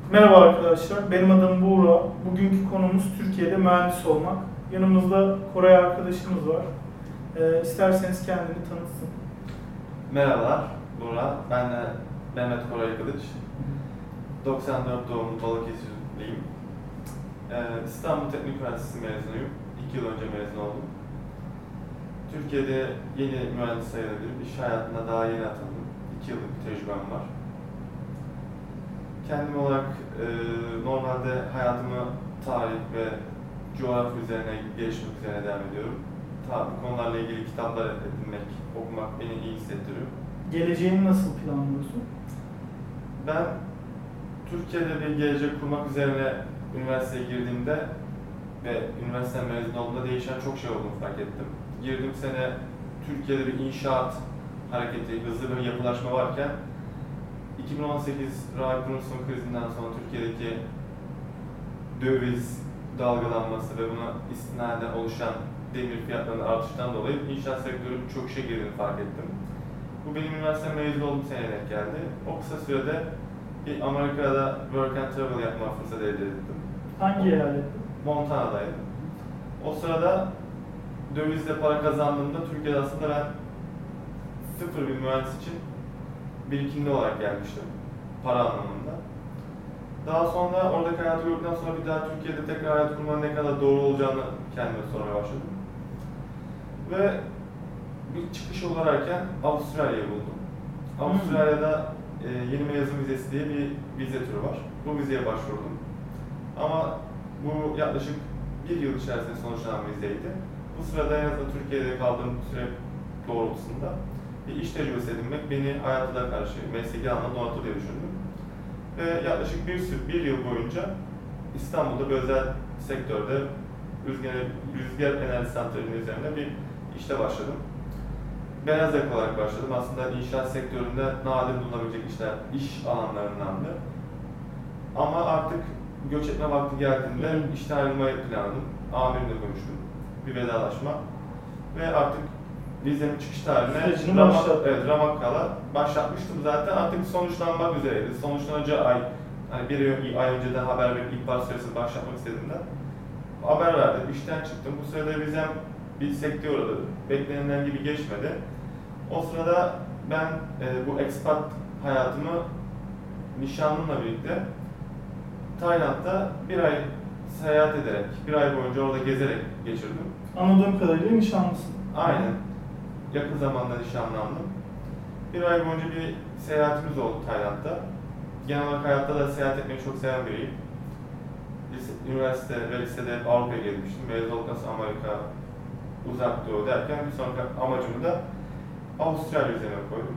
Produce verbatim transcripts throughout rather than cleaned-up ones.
Merhaba arkadaşlar, benim adım Buğra. Bugünkü konumuz Türkiye'de mühendis olmak. Yanımızda Koray arkadaşımız var. Ee, isterseniz kendini tanıtsın. Merhabalar, Buğra. Ben de Mehmet Koray Kılıç. doksan dört doğumlu Balıkesirliyim. Ee, İstanbul Teknik Üniversitesi mezunuyum. iki yıl önce mezun oldum. Türkiye'de yeni mühendis sayılabilirim. İş hayatına daha yeni atıldım. iki yıllık bir tecrübem var. Kendim olarak e, normalde hayatımı tarih ve coğrafya üzerine gelişmek üzerine devam ediyorum. Tabii konularla ilgili kitaplar edinmek, okumak beni iyi hissettiriyor. Geleceğini nasıl planlıyorsun? Ben Türkiye'de bir gelecek kurmak üzerine üniversiteye girdiğimde ve üniversite mezun olduğumda değişen çok şey olduğunu fark ettim. Girdiğim sene Türkiye'de bir inşaat hareketi, hızlı bir yapılaşma varken iki bin on sekiz Rahip Brunson krizinden sonra Türkiye'deki döviz dalgalanması ve buna istinaden oluşan demir fiyatlarının artıştan dolayı inşaat sektörü çok işe girdiğini fark ettim. Bu benim üniversite mezun olduğum seneye denk geldi. O kısa sürede bir Amerika'da work and travel yapma fırsatı elde ettim. Hangi eyalette? Montana'daydım. O sırada dövizle para kazandığımda Türkiye'de aslında ben sıfır bir mühendis için birikimli olarak gelmiştim. Para anlamında. Daha sonra oradaki hayatı gördükten sonra bir daha Türkiye'de tekrar hayat kurmanın ne kadar doğru olacağını kendime sormaya başladım. Ve bir çıkış olarken Avustralya'yı buldum. Avustralya'da e, yeni mezun vizesi diye bir vize türü var. Bu vizeye başvurdum. Ama bu yaklaşık bir yıl içerisinde sonuçlanan vizeydi. Bu sırada en azından Türkiye'de kaldığım süre doğrultusunda bir iş tecrübesi edinmek beni hayatta karşı mesleki anlamda donatır diye düşündüm. Ve yaklaşık bir, bir yıl boyunca İstanbul'da bir özel sektörde rüzgar, rüzgar enerji santralinin üzerinde bir işte başladım. Beyaz yaka olarak başladım. Aslında inşaat sektöründe nadir bulunabilecek işler, iş alanlarındandı. Ama artık göç etme vakti geldiğinde hmm. işten ayrılmayı planladım. Amirimle konuştum. Bir vedalaşma. Ve artık vizenin çıkış tarihine Ramak, evet, Ramakkala başlatmıştım zaten. Artık sonuçlanmak üzereydi. Sonuçlanacağı ay, hani bir ay önceden haber verip ihbar süresini başlatmak istediğimde haber verdim. İşten çıktım. Bu sırada vizem bir sekteye uğradı. Beklenilen gibi geçmedi. O sırada ben e, bu expat hayatımı nişanlımla birlikte Tayland'da bir ay seyahat ederek, bir ay boyunca orada gezerek geçirdim. Anladığım kadarıyla nişanlısın. Aynen. Yakın zamanda nişanlandım. Bir ay boyunca bir seyahatimiz oldu Tayland'da. Genel olarak hayatta da seyahat etmeyi çok seven biriyim. Lise, üniversite ve lisede hep Avrupa'ya gelmiştim. Mezun olduktan sonra Amerika, Uzak Doğu derken bir sonraki amacımı da Avustralya üzerine koydum.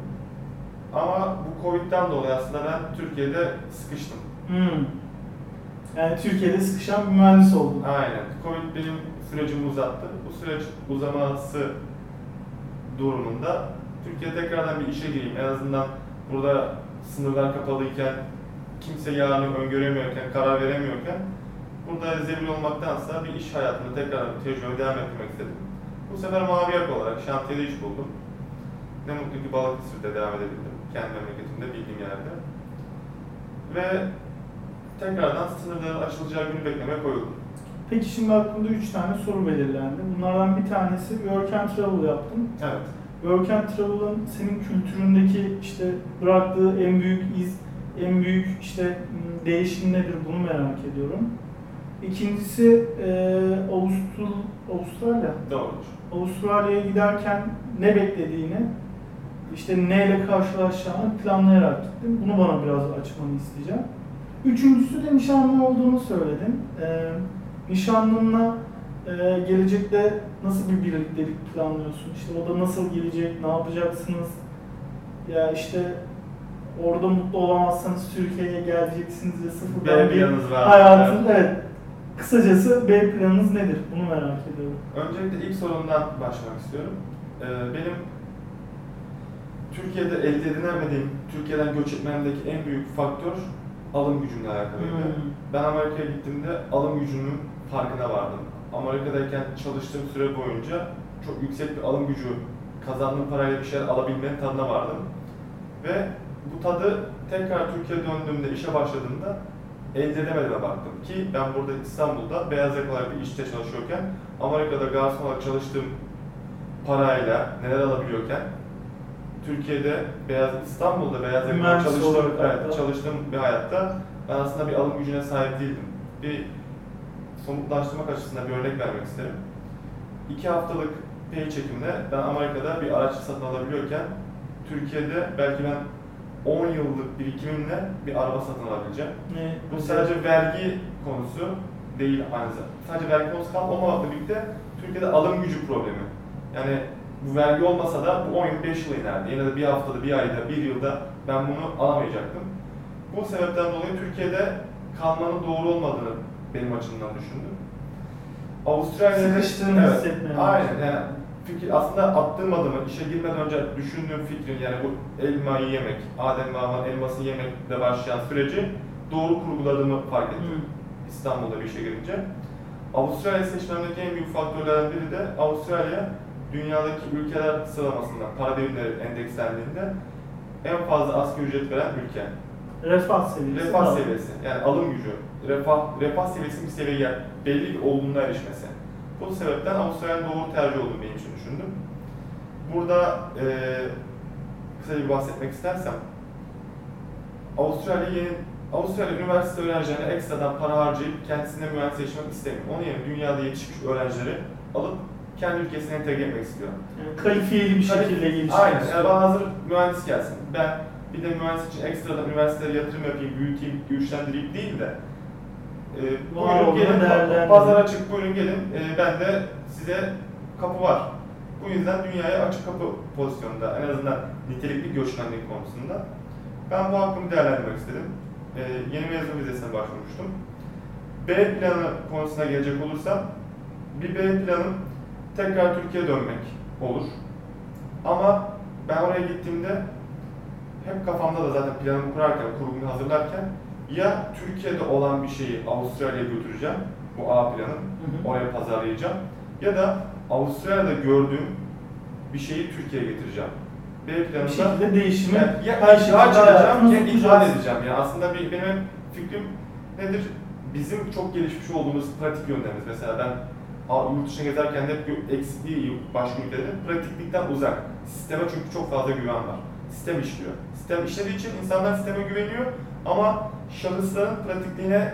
Ama bu Covid'den dolayı aslında ben Türkiye'de sıkıştım. Hmm. Yani Türkiye'de sıkışan bir mühendis oldun. Aynen. Covid benim sürecimi uzattı. Bu süreç uzaması durumunda Türkiye'de tekrardan bir işe gireyim. En azından burada sınırlar kapalıyken, kimse yarını öngöremiyorken, karar veremiyorken burada zebil olmaktansa bir iş hayatında tekrar bir tecrübe devam etmek istedim. Bu sefer mavi yaka olarak şantiyede iş buldum. Ne mutlu ki Balıkesir'de devam edebildim. Kendi memleketimde, bildiğim yerde. Ve tekrardan sınırların açılacağı günü beklemeye koyuldum. Peki şimdi aklımda üç tane soru belirlendi. Bunlardan bir tanesi work and travel yaptın. Evet. Work and travel'ın senin kültüründeki işte bıraktığı en büyük iz, en büyük işte değişim nedir bunu merak ediyorum. İkincisi e, Avustur Avustralya. Doğrudur. Avustralya'ya giderken ne beklediğini, işte neyle karşılaşacağını planlayarak gittim. Bunu bana biraz açmanı isteyeceğim. Üçüncüsü de nişanlı olduğunu söyledin. Ee, nişanlınla e, gelecekte nasıl bir birliktelik planlıyorsun? İşte o da nasıl gelecek, ne yapacaksınız? Ya işte orada mutlu olamazsanız Türkiye'ye geleceksiniz ve sıfırdan bir hayatın, evet. Kısacası B planınız nedir? Bunu merak ediyorum. Öncelikle ilk sorundan başlamak istiyorum. Ee, benim Türkiye'de elde edinemediğim, Türkiye'den göç etmemdeki en büyük faktör alım gücümle alakalıydı. Hmm. Ben Amerika'ya gittiğimde alım gücünün farkına vardım. Amerika'dayken çalıştığım süre boyunca çok yüksek bir alım gücü, kazandığım parayla bir şeyler alabilmenin tadına vardım. Ve bu tadı tekrar Türkiye'ye döndüğümde, işe başladığımda elde edemediğime baktım ki ben burada İstanbul'da beyaz yakalı olarak bir işte çalışıyorken Amerika'da garson olarak çalıştığım parayla neler alabiliyorken Türkiye'de beyaz İstanbul'da beyaz yakalı olarak çalıştığım, evet, çalıştığım bir hayatta ben aslında bir alım gücüne sahip değildim. Bir somutlaştırmak açısından bir örnek vermek isterim. İki haftalık pay çekimle ben Amerika'da bir araç satın alabiliyorken Türkiye'de belki ben on yıllık birikimimle bir araba satın alabileceğim. Ne? Bu sadece vergi konusu değil aynı zamanda. Sadece vergi konusu kalmamakla birlikte Türkiye'de alım gücü problemi. Yani bu vergi olmasa da bu on yıl beş yıl inerdi. Yine de bir haftada, bir ayda, bir yılda ben bunu alamayacaktım. Bu sebepten dolayı Türkiye'de kalmanın doğru olmadığını benim açımdan düşündüm. Avustralya'da sıkıştığını evet, hissetmeye aynen yani fikir aslında attığım adımı işe girmeden önce düşündüğüm fikrin yani bu elmayı yemek, Adem ve Havva'nın elmasını yemekle başlayan süreci doğru kurguladığımı fark ettim. Hmm. İstanbul'da bir işe girince. Avustralya seçmemdeki en büyük faktörlerden biri de Avustralya dünyadaki ülkeler sıralamasında para birimleri endekslendiğinde en fazla asgari ücret veren ülke. Refah seviyesi. Refah da. seviyesi. Yani alım gücü. Refah, refah seviyesinin bir seviyeye belli bir olgunluğa erişmesi. Bu sebepten Avustralya'nın doğru tercih olduğunu benim için düşündüm. Burada e, kısaca bir bahsetmek istersem Avustralya yeni Avustralya üniversite öğrencilerine ekstradan para harcayıp kendisine mühendis seçmek istemiyor. Onun yerine dünyada yetişmiş öğrencileri alıp kendi ülkesine entegre etmek istiyor. Yani kalifiyeli bir Kalifiye, şekilde geliştirmek aynen. istiyor. Yani bana hazır mühendis gelsin. Ben bir de mühendis için ekstradan üniversitelere yatırım yapayım, büyüteyim, güçlendireyim değil de e, buyurun gelin, pazar açık, buyurun gelin, e, ben de size kapı var. Bu yüzden dünyaya açık kapı pozisyonunda, en azından nitelikli göçmenlik konusunda. Ben bu hakkımı değerlendirmek istedim. E, yeni mezun vizesine başvurmuştum. B planı konusuna gelecek olursam, bir B planım tekrar Türkiye'ye dönmek olur. Ama ben oraya gittiğimde hep kafamda da zaten planımı kurarken, kurgumu hazırlarken ya Türkiye'de olan bir şeyi Avustralya'ya götüreceğim, bu A planım, hı hı. oraya pazarlayacağım ya da Avustralya'da gördüğüm bir şeyi Türkiye'ye getireceğim. B planında bir şekilde değişimi yani ya her şeyi açacağım ya icra edeceğim. Yani aslında bir, benim fikrim nedir? Bizim çok gelişmiş olduğumuz pratik yönlerimiz. Mesela ben yurt dışına gezerken de hep eksikliği başka ülkelerin pratiklikten uzak. Sisteme çünkü çok fazla güven var. Sistem işliyor. Sistem işlediği için insanlar sisteme güveniyor ama şahısların pratikliğine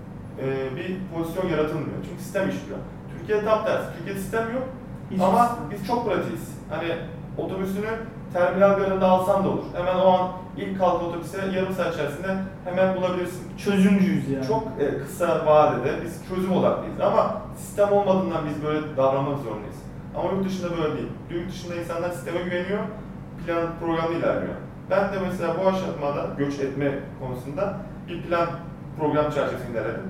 e, bir pozisyon yaratılmıyor. Çünkü sistem işliyor. Türkiye'de tam tersi. Türkiye'de sistem yok Hiç ama sistem. Biz çok pratiğiz. Hani otobüsünü terminal garında alsan da olur. Hemen o an ilk kalkan otobüse yarım saat içerisinde hemen bulabilirsin. Çözümcüyüz yani. Çok e, kısa vadede biz çözüm odaklıyız ama sistem olmadığından biz böyle davranmak zorundayız. Ama yurt dışında böyle değil. Yurt dışında insanlar sisteme güveniyor, plan programı ilerliyor. Ben de mesela bu aşamada göç etme konusunda bir plan program çerçevesinde ilerledim.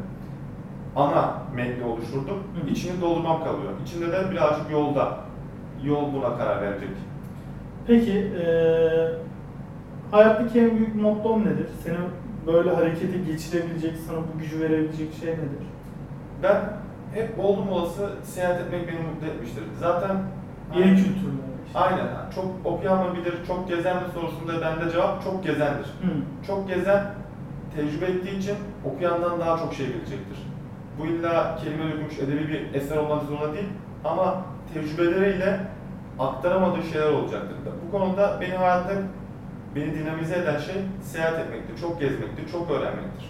Ana metni oluşturdum. Hı. İçini doldurmam kalıyor. İçinde de birazcık yolda. Yol buna karar verecek. Peki, ee, hayattaki en büyük motton nedir? Seni böyle harekete geçirebilecek, sana bu gücü verebilecek şey nedir? Ben hep oldum olası seyahat etmek beni mutlu etmiştir. Zaten yeni hani, kültürler. Işte. Aynen. Çok okuyan mı bilir, çok gezen mi sorusunda bende cevap çok gezendir. Hı. Çok gezen tecrübe ettiği için okuyandan daha çok şey bilecektir. Bu illa kelime dökülmüş edebi bir eser olmak zorunda değil ama tecrübeleriyle aktaramadığı şeyler olacaktır. Bu konuda benim hayatta beni dinamize eden şey seyahat etmektir, çok gezmektir, çok öğrenmektir.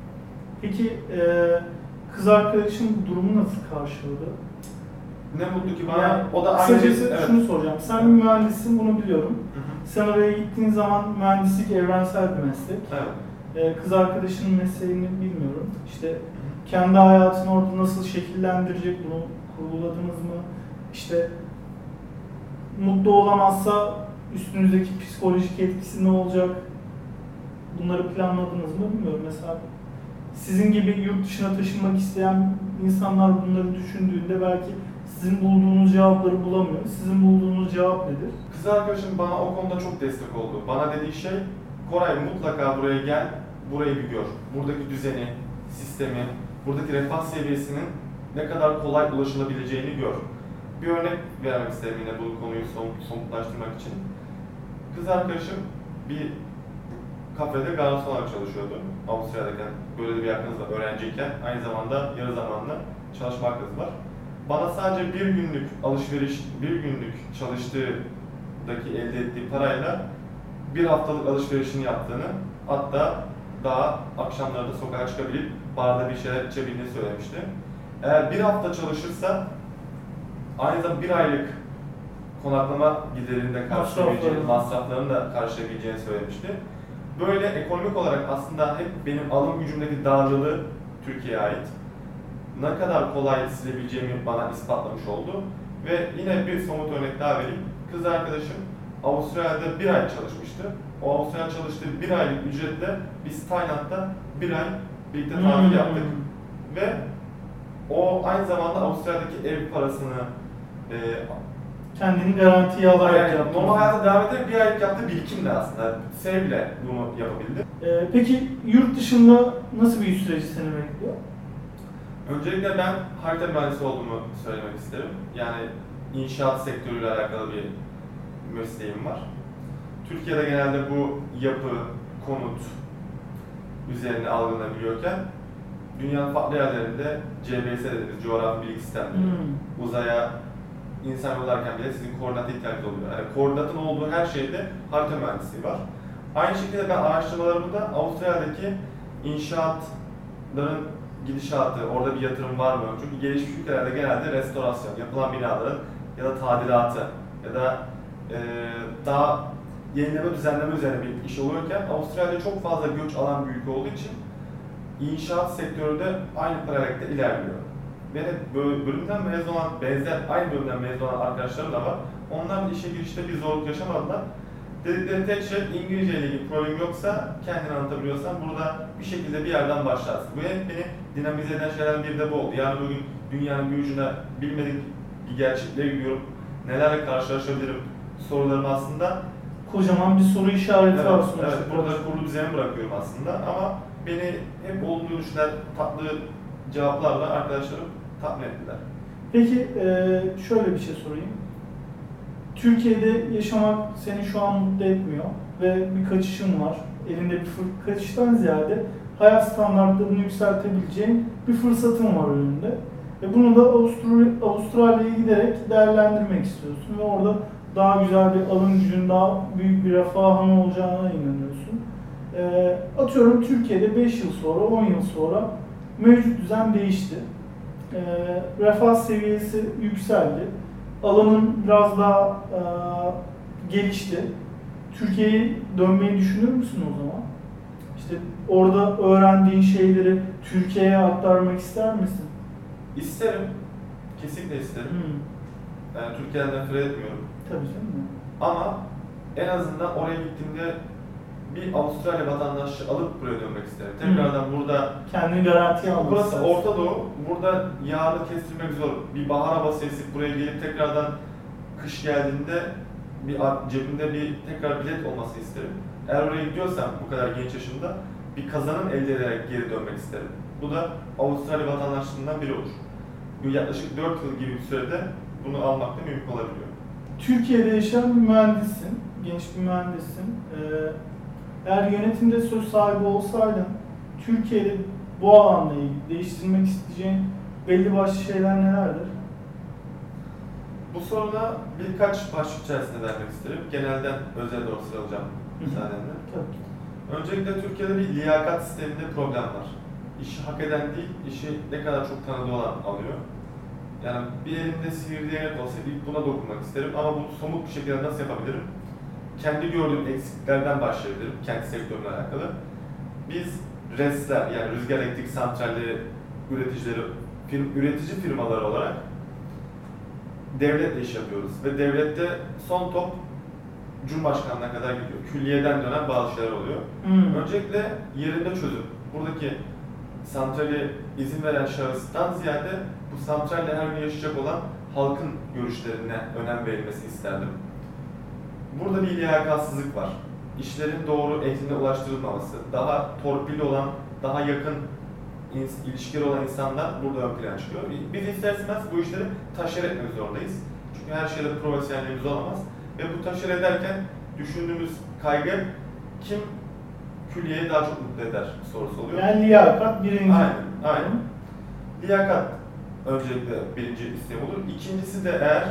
Peki e, kız arkadaşın bu durumu nasıl karşıladı? Ne mutlu ki bana. Yani, o da kısacası aynı... şunu evet. soracağım. Sen evet. bir mühendissin, bunu biliyorum. Hı hı. Sen oraya gittiğin zaman mühendislik evrensel bir meslek. Evet. E, kız arkadaşının mesleğini bilmiyorum. İşte hı hı. kendi hayatını orada nasıl şekillendirecek, bunu kurguladınız mı? İşte mutlu olamazsa üstünüzdeki psikolojik etkisi ne olacak? Bunları planladınız mı bilmiyorum. Mesela sizin gibi yurt dışına taşınmak isteyen insanlar bunları düşündüğünde belki sizin bulduğunuz cevapları bulamıyor. Sizin bulduğunuz cevap nedir? Kız arkadaşım bana o konuda çok destek oldu. Bana dediği şey, Koray mutlaka buraya gel, burayı bir gör. Buradaki düzeni, sistemi, buradaki refah seviyesinin ne kadar kolay ulaşılabileceğini gör. Bir örnek vermek isterim yine bu konuyu somutlaştırmak için. Kız arkadaşım bir kafede garson olarak çalışıyordu. Avusturya'daki böyle bir yakınız var öğrenciyken. Aynı zamanda yarı zamanlı çalışma hakkınız var. Bana sadece bir günlük alışveriş, bir günlük çalıştığındaki elde ettiği parayla bir haftalık alışverişini yaptığını, hatta daha akşamları da sokağa çıkabilip barda bir şeyler içebildiğini söylemişti. Eğer bir hafta çalışırsa aynı zamanda bir aylık konaklama giderini de karşılayabileceğini, masraflarını da karşılayabileceğini söylemişti. Böyle ekonomik olarak aslında hep benim alım gücümdeki darlığı Türkiye'ye ait. Ne kadar kolay silebileceğimi bana ispatlamış oldu. Ve yine bir somut örnek daha vereyim. Kız arkadaşım Avustralya'da bir ay çalışmıştı. O Avustralya'da çalıştığı bir aylık ücretle biz Tayland'da bir ay birlikte tatil Hmm. yaptık. Ve o aynı zamanda Avustralya'daki ev parasını e, Kendini garantiye alarak yani yaptın. normal hayata devam ederek bir aylık yaptığı birikimle aslında sevle bunu yapabildi. Ee, peki yurt dışında nasıl bir iş süreci seni bekliyor? Öncelikle ben harita mühendisi olduğumu söylemek isterim. Yani inşaat sektörüyle alakalı bir mesleğim var. Türkiye'de genelde bu yapı, konut üzerine algılanabiliyorken dünyanın farklı yerlerinde C B S dediğimiz coğrafi bilgi sistemleri, Hmm. uzaya insan yollarken bile sizin koordinata ihtiyacınız oluyor. Yani koordinatın olduğu her şeyde harita mühendisliği var. Aynı şekilde ben araştırmalarımda Avustralya'daki inşaatların gidişatı, orada bir yatırım var mı? Çünkü gelişmiş ülkelerde genelde restorasyon, yapılan binaların ya da tadilatı ya da e, daha yenileme, düzenleme üzerine bir iş olurken Avustralya çok fazla göç alan bir ülke olduğu için inşaat sektörü de aynı paralelde ilerliyor. Ve bölümden mezun olan, benzer aynı bölümden mezun olan arkadaşlarım da var. Onlar da işe girişte bir zorluk yaşamadılar. Dedikleri tek şey İngilizce ile ilgili problem yoksa, kendini anlatabiliyorsan burada bir şekilde bir yerden başlarsın. Bu hep beni dinamize eden şeylerden biri de bu oldu. Yani bugün dünyanın bir ucuna bilmediğim bir gerçekliğe gidiyorum. Nelerle karşılaşabilirim sorularım aslında. Kocaman bir soru işareti Evet, var sonuçta. evet, burada kurulu düzeni bırakıyorum aslında ama beni hep olumlu görüşler, tatlı cevaplarla arkadaşlarım tatmin ettiler. Peki e, şöyle bir şey sorayım. Türkiye'de yaşamak seni şu an mutlu etmiyor ve bir kaçışın var. Elinde bir fır- kaçıştan ziyade hayat standartlarını yükseltebileceğin bir fırsatın var önünde. Ve bunu da Avusturya- Avustralya'ya giderek değerlendirmek istiyorsun ve orada daha güzel bir alım gücün, daha büyük bir refahın olacağına inanıyorsun. E, atıyorum Türkiye'de beş yıl sonra, on yıl sonra mevcut düzen değişti. E, refah seviyesi yükseldi. Alanın biraz daha e, gelişti. Türkiye'ye dönmeyi düşünür müsün o zaman? İşte orada öğrendiğin şeyleri Türkiye'ye aktarmak ister misin? İsterim, kesinlikle isterim. Hmm. Yani Türkiye'den nefret etmiyorum. Tabii canım. Ama en azından oraya gittiğimde bir Avustralya vatandaşlığı alıp buraya dönmek isterim. Tekrardan Hmm. burada, Kendini garantiye almak burası istersin. Orta Doğu, burada yağını kestirmek zor. Bir bahar havası esip buraya gelip tekrardan kış geldiğinde bir cebimde bir tekrar bilet olması isterim. Eğer oraya gidiyorsam bu kadar genç yaşımda bir kazanım elde ederek geri dönmek isterim. Bu da Avustralya vatandaşlığından biri olur. Bu yaklaşık dört yıl gibi bir sürede bunu almak da mümkün olabiliyor. Türkiye'de yaşayan bir mühendissin, genç bir mühendissin. Ee, eğer yönetimde söz sahibi olsaydın, Türkiye'de bu alanla ilgili değiştirmek isteyeceğin belli başlı şeyler nelerdir? Bu soruna birkaç başlık içerisinde vermek isterim. Genelden özel doğru sıralayacağım müsaadenle. Tabii. Öncelikle Türkiye'de bir liyakat sisteminde problem var. İşi hak eden değil, işi ne kadar çok tanıdığı olan alıyor. Yani bir elimde sihirli değnek olsa ilk buna dokunmak isterim ama bunu somut bir şekilde nasıl yapabilirim? Kendi gördüğüm eksikliklerden başlayabilirim, kendi sektörümle alakalı. Biz RES'ler, yani rüzgar elektrik santralleri üreticileri, firm, üretici firmaları olarak devletle iş yapıyoruz ve devlette son top Cumhurbaşkanlığına kadar gidiyor. Külliyeden dönen bazı şeyler oluyor. Hmm. Öncelikle yerinde çözüm. Buradaki santrale izin veren şahıstan ziyade bu santralle her gün yaşayacak olan halkın görüşlerine önem verilmesini isterdim. Burada bir liyakatsızlık var. İşlerin doğru eğitimine ulaştırılmaması, daha torpilli olan, daha yakın ilişkileri olan insanlar burada ön plana çıkıyor. Biz ister istemez bu işleri taşer etmek zorundayız. Çünkü her şeyde profesyonelliğimiz olamaz. Ve bu taşer ederken düşündüğümüz kaygı kim külliyeyi daha çok mutlu eder sorusu oluyor. Yani liyakat birinci. Aynen, aynen. Liyakat öncelikle birinci isteğim olur. İkincisi de eğer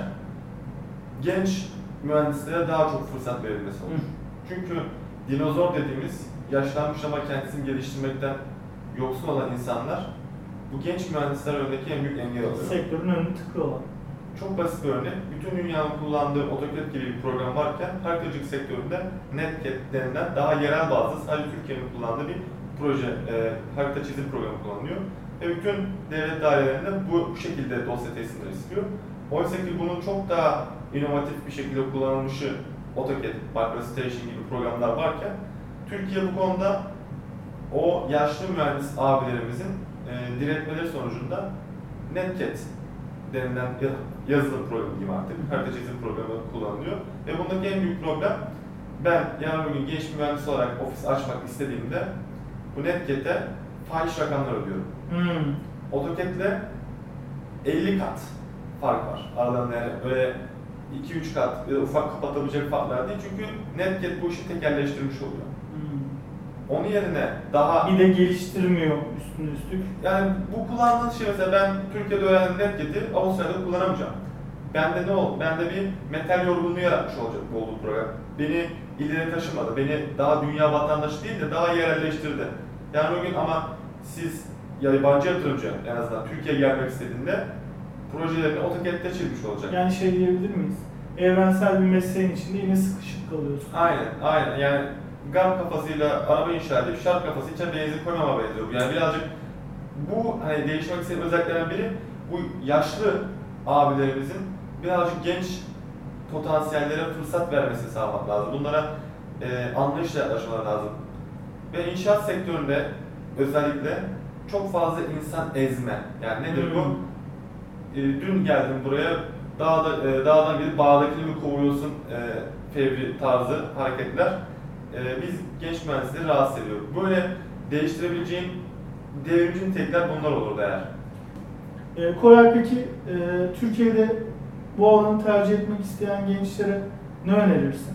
genç mühendislere daha çok fırsat verilmesi olur. Hı. Çünkü dinozor dediğimiz yaşlanmış ama kendisini geliştirmekten yoksun olan insanlar bu genç mühendisler önündeki en büyük engel oluyor. Sektörün önünü tıkıyorlar. Çok basit bir örnek. Bütün dünyanın kullandığı AutoCAD gibi bir program varken haritacılık sektöründe NetCAD denilen daha yerel bazlı sadece Türkiye'nin kullandığı bir proje, e, harita çizim programı kullanılıyor. Ve bütün devlet dairelerinde bu, bu şekilde dosya teslimleri istiyor. Oysa ki bunun çok daha inovatif bir şekilde kullanılmışı AutoCAD, MicroStation gibi programlar varken Türkiye bu konuda o yaşlı mühendis abilerimizin e, diretmeleri sonucunda NetCAD denilen yazılım programı gibi artık harita çizim programı kullanılıyor. Ve bundaki en büyük problem ben yarın bugün genç bir mühendis olarak ofis açmak istediğimde bu NetCAD'e fahiş rakamlar ödüyorum. Hmm. AutoCAD'le elli kat fark var. Aralarında yani öyle iki üç kat ya da ufak kapatabilecek farklar değil. Çünkü NetCAD bu işi tekelleştirmiş oluyor. Hmm. Onun yerine daha... Bir de geliştirmiyor üstüne üstlük. Yani bu kullandığınız şey mesela ben Türkiye'de öğrendim NetCAD'i Avustralya'da kullanamayacağım. Bende ne oldu? Bende bir metal yorgunluğu yaratmış olacak bu olduğu program. Beni ileri taşımadı. Beni daha dünya vatandaşı değil de daha yerelleştirdi. Yani o gün ama siz ya yabancı yatırımcı en azından Türkiye'ye gelmek istediğinde projelerini AutoCAD'de çizmiş olacak. Yani şey diyebilir miyiz? Evrensel bir mesleğin içinde yine sıkışık kalıyorsun. Aynen, aynen. Yani gam kafasıyla araba inşa edip şark kafası içine benzin koymama benziyor. Yani birazcık bu hani değişmek istediğim özelliklerden biri bu yaşlı abilerimizin birazcık genç potansiyellere fırsat vermesini sağlamak lazım. Bunlara e, anlayışla yaklaşmaları lazım. Ve inşaat sektöründe özellikle çok fazla insan ezme. Yani nedir Hmm. bu? E, dün geldim buraya, dağda, e, dağdan gelip bağdakini mi kovuyorsun e, fevri tarzı hareketler. E, biz genç mühendisleri rahatsız ediyor. Böyle değiştirebileceğim devrimci nitelikler bunlar olurdu eğer. E, Koray peki e, Türkiye'de bu alanı tercih etmek isteyen gençlere ne önerirsin?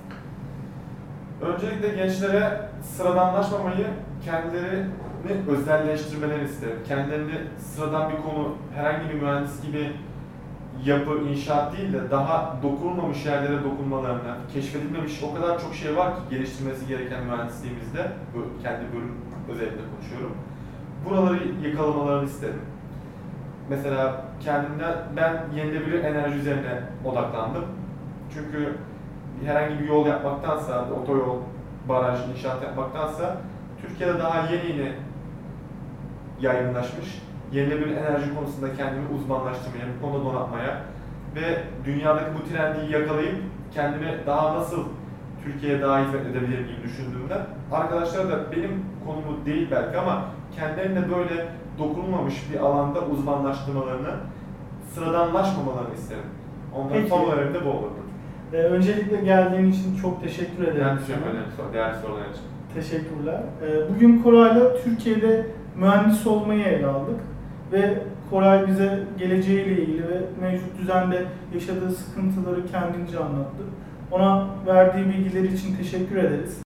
Öncelikle gençlere sıradanlaşmamayı, kendilerini özelleştirmelerini isterim. Kendilerini sıradan bir konu, herhangi bir mühendis gibi yapı, inşaat değil de daha dokunulmamış yerlere dokunmalarını, keşfedilmemiş o kadar çok şey var ki geliştirmesi gereken mühendisliğimizde, bu kendi bölüm özelinde konuşuyorum. Buraları yakalamalarını isterim. Mesela kendimden, ben yenilebilir enerji üzerine odaklandım. Çünkü herhangi bir yol yapmaktansa, otoyol, baraj, inşaat yapmaktansa Türkiye'de daha yeni yeni yaygınlaşmış. Yenilebilir enerji konusunda kendimi uzmanlaştırmaya, bu konuda donatmaya ve dünyadaki bu trendi yakalayıp kendimi daha nasıl Türkiye'ye daha hizmet edebilirim gibi düşündüğümde arkadaşlar da benim konumu değil belki ama kendilerine böyle dokunulmamış bir alanda uzmanlaştırmalarını, sıradanlaşmamalarını isterim. Onların Peki. son önemli de bu olurdu. Ee, öncelikle geldiğin için çok teşekkür ederim. Ben teşekkür sana. ederim değerli sorular için. Teşekkürler. Ee, bugün Koray'la Türkiye'de mühendis olmayı ele aldık ve Koray bize geleceğiyle ilgili ve mevcut düzende yaşadığı sıkıntıları kendince anlattı. Ona verdiği bilgiler için teşekkür ederiz.